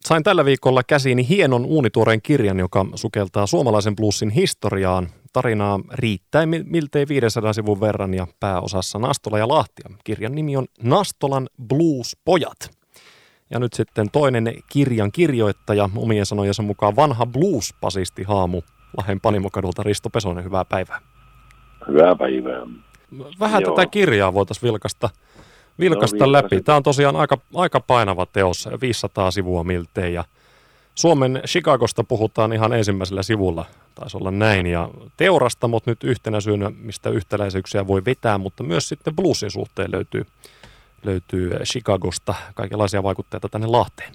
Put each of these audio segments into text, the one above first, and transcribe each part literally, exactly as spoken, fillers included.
Sain tällä viikolla käsiini hienon uunituoreen kirjan, joka sukeltaa suomalaisen bluesin historiaan. Tarinaa riittää miltei viisisataa sivun verran ja pääosassa Nastola ja Lahtia. Kirjan nimi on Nastolan Blues-pojat. Ja nyt sitten toinen kirjan kirjoittaja, omien sanojensa mukaan vanha blues-pasisti haamu Lahden Panimokadulta Risto Pesonen. Hyvää päivää. Hyvää päivää. Vähän Joo. Tätä kirjaa voitaisiin vilkasta, vilkasta no, läpi. Tämä on tosiaan aika, aika painava teos, viisisataa sivua miltei. Ja Suomen Chicagosta puhutaan ihan ensimmäisellä sivulla, taisi olla näin. Ja teurastamot nyt yhtenä syynä, mistä yhtäläisyyksiä voi vetää, mutta myös sitten bluesin suhteen löytyy, löytyy Chicagosta kaikenlaisia vaikutteita tänne Lahteen.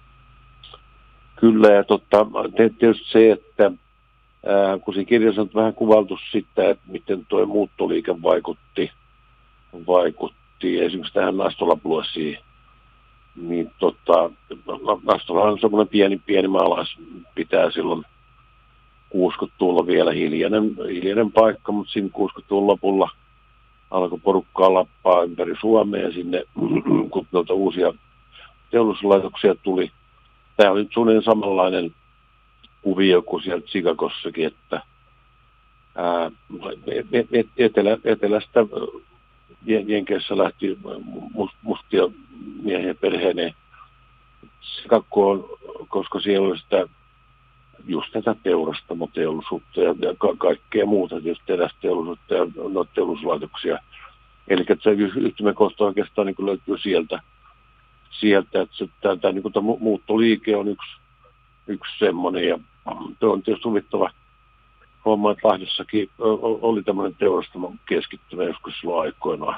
Kyllä, ja totta, tietysti se, että ää, kun siinä kirjassa on vähän kuvaltu sitä, että miten tuo muuttoliike vaikutti, vaikutti esimerkiksi tähän Nastola bluesiin, niin tota, Nastola on semmoinen pieni, pieni maalais, pitää silloin kuusikymmentäluvulla vielä hiljainen, hiljainen paikka, mutta siinä kuusikymmentäluvun lopulla alkoi porukkaa lappaa ympäri Suomea ja sinne, kun tuolta uusia teollisuuslaitoksia tuli. Tämä oli nyt suunnilleen samanlainen kuvio kuin sieltä Chicagossakin, että ää, etelä, etelästä Jenkeissä lähti mustia miehiä perheineen Chicago on, koska siellä oli sitä just tätä teurastamoteollisuutta ja ka- kaikkea muuta, just terästeollisuutta ja noita teollisuuslaitoksia. Eli se yhtymäkohta oikeastaan niin löytyy sieltä, sieltä että se, tämä, tämä, niin tämä muuttoliike on yksi, yksi semmoinen. Ja tuo on tietysti huvittava homma, että Lahdessakin oli tämmöinen teurastamon keskittymä joskus silloin aikoinaan.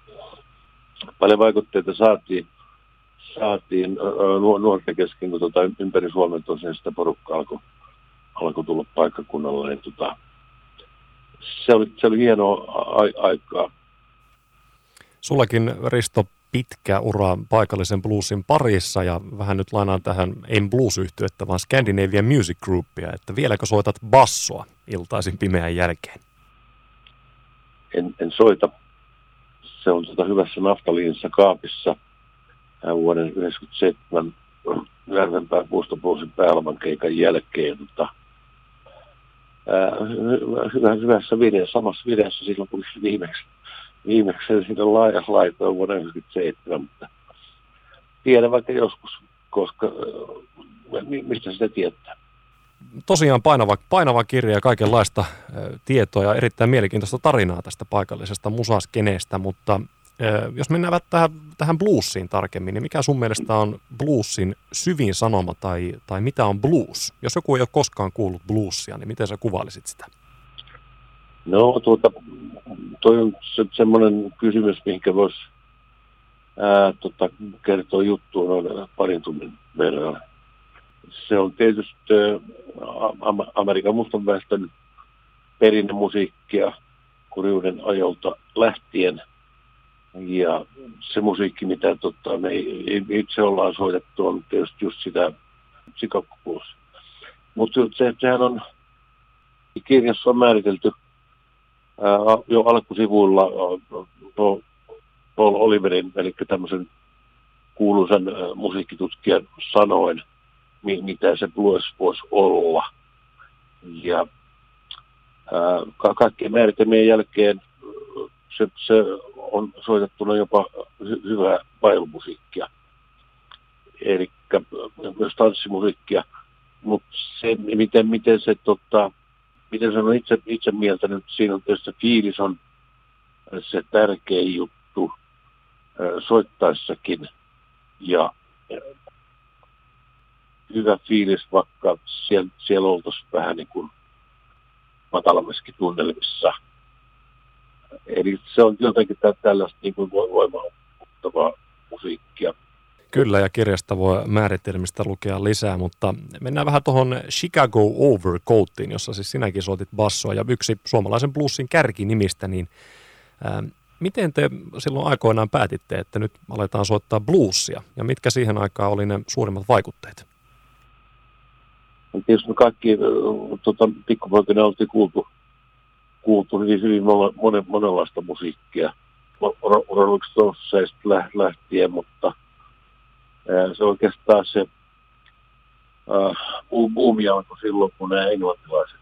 Paljon vaikutteita saatiin. Saatiin nuorten kesken, kun tuota, ympäri Suomen tosiaan sitä porukkaa alkoi alko tulla paikkakunnalle. Niin, tota, se, oli, se oli hienoa a- aikaa. Sullakin, Risto, pitkä ura paikallisen bluesin parissa ja vähän nyt lainaan tähän, ei blues-yhtyettä, vaan Scandinavian Music Groupia, että vieläkö soitat bassoa iltaisin pimeän jälkeen? En, en soita. Se on tota hyvässä naftaliinissa kaapissa. Vuoden yhdeksänkymmentäseitsemän Järvenpään puustobluesin pääalman keikan jälkeen. Tota, ää, hyvä, hyvässä videossa, samassa videossa silloin kun viimeksi, viimeksi siinä laajassa laitoin vuoden yhdeksänkymmentäseitsemän, mutta tiedän vaikka joskus, koska ää, mistä sitä tietää. Tosiaan painava, painava kirja ja kaikenlaista ä, tietoa ja erittäin mielenkiintoista tarinaa tästä paikallisesta musaskeneestä, mutta jos mennään tähän, tähän bluesiin tarkemmin, niin mikä sun mielestä on bluesin syvin sanoma tai, tai mitä on blues? Jos joku ei ole koskaan kuullut bluesia, niin miten sä kuvailisit sitä? No tuota, toi on se, semmoinen kysymys, mihinkä voisi tota, kertoa juttua noin parin tunnin verran. Se on tietysti ä, Amerikan mustan väestön perinnemusiikkia kurjuuden ajolta lähtien. Ja se musiikki, mitä tota, me itse ollaan soitettu, on tietysti just sitä Chicago blues. Mutta se, sehän on, kirjassa on määritelty ää, jo alkusivuilla ää, Paul Oliverin, eli tämmöisen kuuluisan ää, musiikkitutkijan sanoin, mi, mitä se blues voisi olla. Ja ää, ka- kaikkien määritelmien jälkeen se, se on soitettuna jopa hy- hyvää bailumusiikkia, eli myös tanssimusiikkia, mutta se, miten, miten se, tota, miten se on itse, itse mieltänyt, siinä on tietysti se fiilis on se tärkein juttu soittaessakin, ja hyvä fiilis, vaikka siellä, siellä oltaisiin vähän niin kuin matalammassakin tunnelmissa. Eli se on jotenkin tällaista niin kuin voimauttavaa musiikkia. Kyllä, ja kirjasta voi määritelmistä lukea lisää, mutta mennään vähän tuohon Chicago Overcoatiin, jossa siis sinäkin soitit bassoa, ja yksi suomalaisen bluesin kärkinimistä, niin ää, miten te silloin aikoinaan päätitte, että nyt aletaan soittaa bluesia, ja mitkä siihen aikaan oli ne suurimmat vaikutteet? Tietysti me kaikki tuota, pikkupoikina oltiin kuultu, kuultu hyvin, hyvin monen, monenlaista musiikkia. Rolling Stonesista lähtien, mutta ää, se oikeastaan se uh, buumia alkoi silloin, kun nämä englantilaiset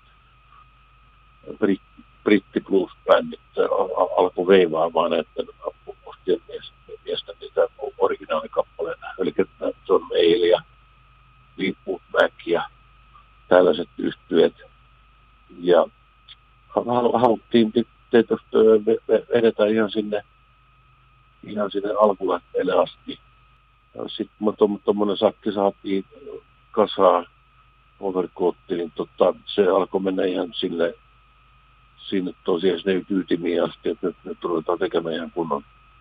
brit, britti-blues-bändit al- alkoi veivaamaan näiden mustien miesten niitä originaalikappaleita. Eli John Mayall ja Fleetwood Mac ja tällaiset yhtyeet. Ja haluttiin tietysti edetä ihan sinne, ihan sinne alkulähteelle asti. Sitten kun tuommoinen sakki saatiin kasaan overcoattiin, niin tota, se alkoi mennä ihan sille, sinne tosiaan sinne ytimiin asti, että nyt, nyt ruvetaan tekemään ihan kunnon,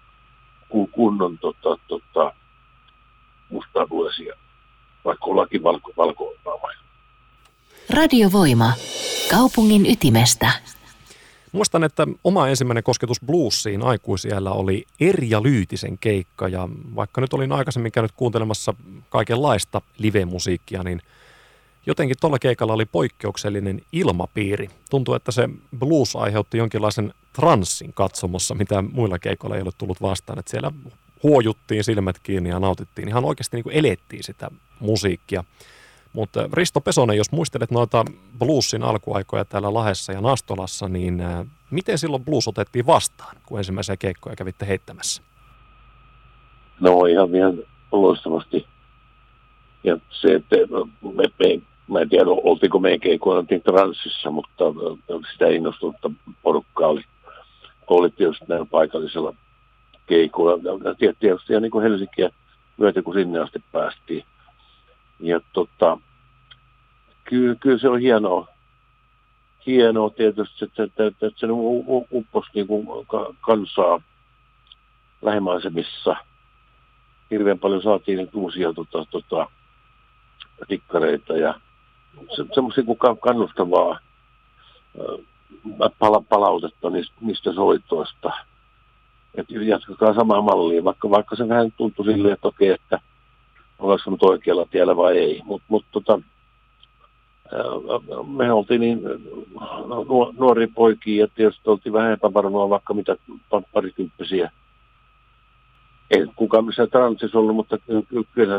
kunnon tota, tota, mustaa bluesia, vaikka ollakin valko, valko Radiovoima. Kaupungin ytimestä. Muistan, että oma ensimmäinen kosketus bluesiin aikuisiällä oli Erja Lyytisen keikka, ja vaikka nyt olin aikaisemmin käynyt kuuntelemassa kaikenlaista live-musiikkia, niin jotenkin tuolla keikalla oli poikkeuksellinen ilmapiiri. Tuntui, että se blues aiheutti jonkinlaisen transsin katsomossa, mitä muilla keikoilla ei ole tullut vastaan. Että siellä huojuttiin silmät kiinni ja nautittiin. Ihan oikeasti niin kuin elettiin sitä musiikkia. Mutta Risto Pesonen, jos muistelet noita bluesin alkuaikoja täällä Lahdessa ja Nastolassa, niin ää, miten silloin blues otettiin vastaan, kun ensimmäisiä keikkoja kävitte heittämässä? No ihan, ihan loistavasti. Ja se, että me, me, mä en tiedä, oltiinko meidän keikoilla transsissa, mutta sitä innostunutta porukkaa oli, oli tietysti näillä paikallisella keikoilla. Tietysti ihan niin kuin Helsinkiä myötä, kun sinne asti päästiin. Ja tota, kyllä, kyllä se on hienoa, hienoa tietysti, että, että, että, että se upposi niin kuin kansaa lähimaisemissa. Hirveän paljon saatiin niin uusia tota, tota, tikkareita ja se, semmoista niin kannustavaa pala, palautetta niistä, niistä soitoista. Että jatkakaa samaa mallia, vaikka, vaikka se vähän tuntui silleen, että okei, että ollaanko nyt oikealla tiellä vai ei. Mutta mut, tota, me oltiin niin nuoria poikia, että jos oltiin vähän epävarmaa vaikka mitä parikymppisiä. Ei kukaan missään transsissa ollut, mutta kyllä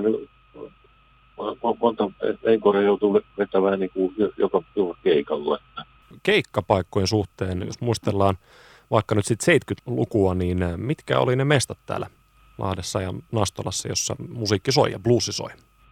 monta enkoria joutuu vetämään niin kuin joka, joka keikalla. Keikkapaikkojen suhteen, jos muistellaan vaikka nyt sitten seitsemänkymmentälukua, niin mitkä oli ne mestat täällä Lahdessa ja Nastolassa, jossa musiikki soi ja bluesi soi?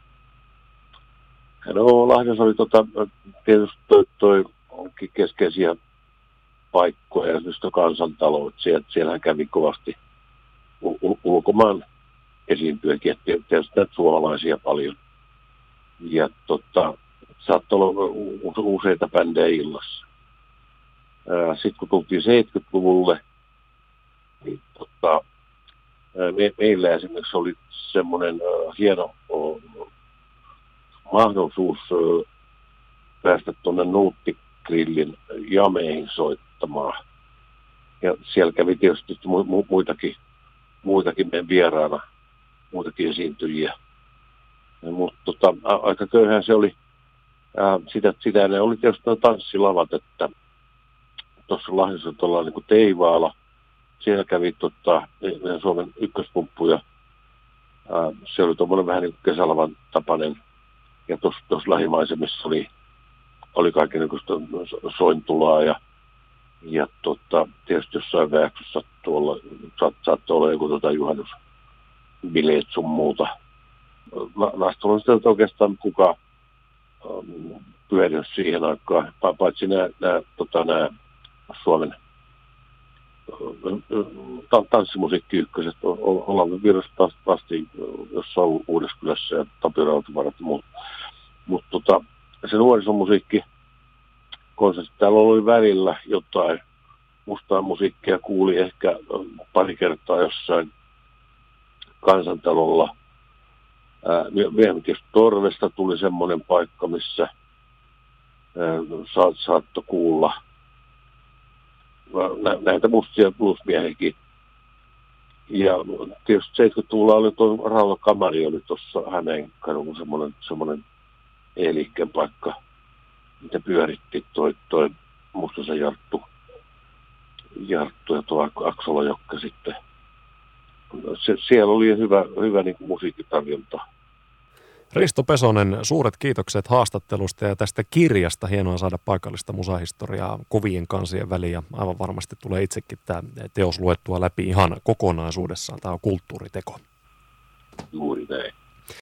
No Lahdessa oli tota, tietysti toi, toi onkin keskeisiä paikkoja, esimerkiksi kansantalo, siellä, siellähän kävi kovasti ul- ulkomaan esiintyjäkin, tietysti näitä suomalaisia paljon. Ja tota, saattoi olla useita bändejä illassa. Sitten kun tultiin seitsemänkymmentäluvulle, niin tota, me, meillä esimerkiksi oli semmoinen uh, hieno uh, mahdollisuus uh, päästä tuonne Nuuttigrillin jameihin soittamaan. Ja siellä kävi tietysti mu- mu- muitakin, muitakin meidän vieraana, muitakin esiintyjiä. Mutta tota, a- aika köyhän se oli. Ää, sitä, sitä ne oli tietysti tanssilavat, että tuossa Lahdessa ollaan niin kuin Teivaala. Siellä kävi tota, meidän Suomen ykköspumppuja. Ää, se oli tuommoinen vähän niin kuin kesälavan tapainen. Ja tuossa lähimaisemissa oli, oli kaikenlaista sointulaa ja, ja tota, tietysti jossain väärössä tuolla saat, saattoi olla joku tota juhannusbileet sun muuta. Nastolla on sitä oikeastaan kukaan um, pyörinyt siihen aikaan, paitsi nämä, nämä, tota, nämä Suomen uh, tanssimusiikki ykköset. Ollaan virrasta vasti jossain Uudesskylässä ja Tapio-Rautavarat ja muut. Mutta tota, se nuorisomusiikki, konsepti täällä oli välillä jotain mustaa musiikkia, kuuli ehkä pari kertaa jossain kansantalolla. Myöhemmin tietysti Torvesta tuli semmoinen paikka, missä ää, saat, saattoi kuulla nä, näitä mustia bluesmiehiäkin. Ja tietysti seitsemänkymmentäluvulla oli tuo Rauha Kamari, oli tuossa Hämeenkadulla semmoinen, semmoinen e-liikkeen paikka, mitä pyöritti toi, toi Mustasen Jarttu, Jarttu ja tuo Aksola Jokka sitten. Se, siellä oli hyvä, hyvä niin kuin musiikkitarjonta. Risto Pesonen, suuret kiitokset haastattelusta ja tästä kirjasta. Hienoa saada paikallista musahistoriaa kovien kansien väliin ja aivan varmasti tulee itsekin tämä teos luettua läpi ihan kokonaisuudessaan. Tämä on kulttuuriteko. Juuri näin.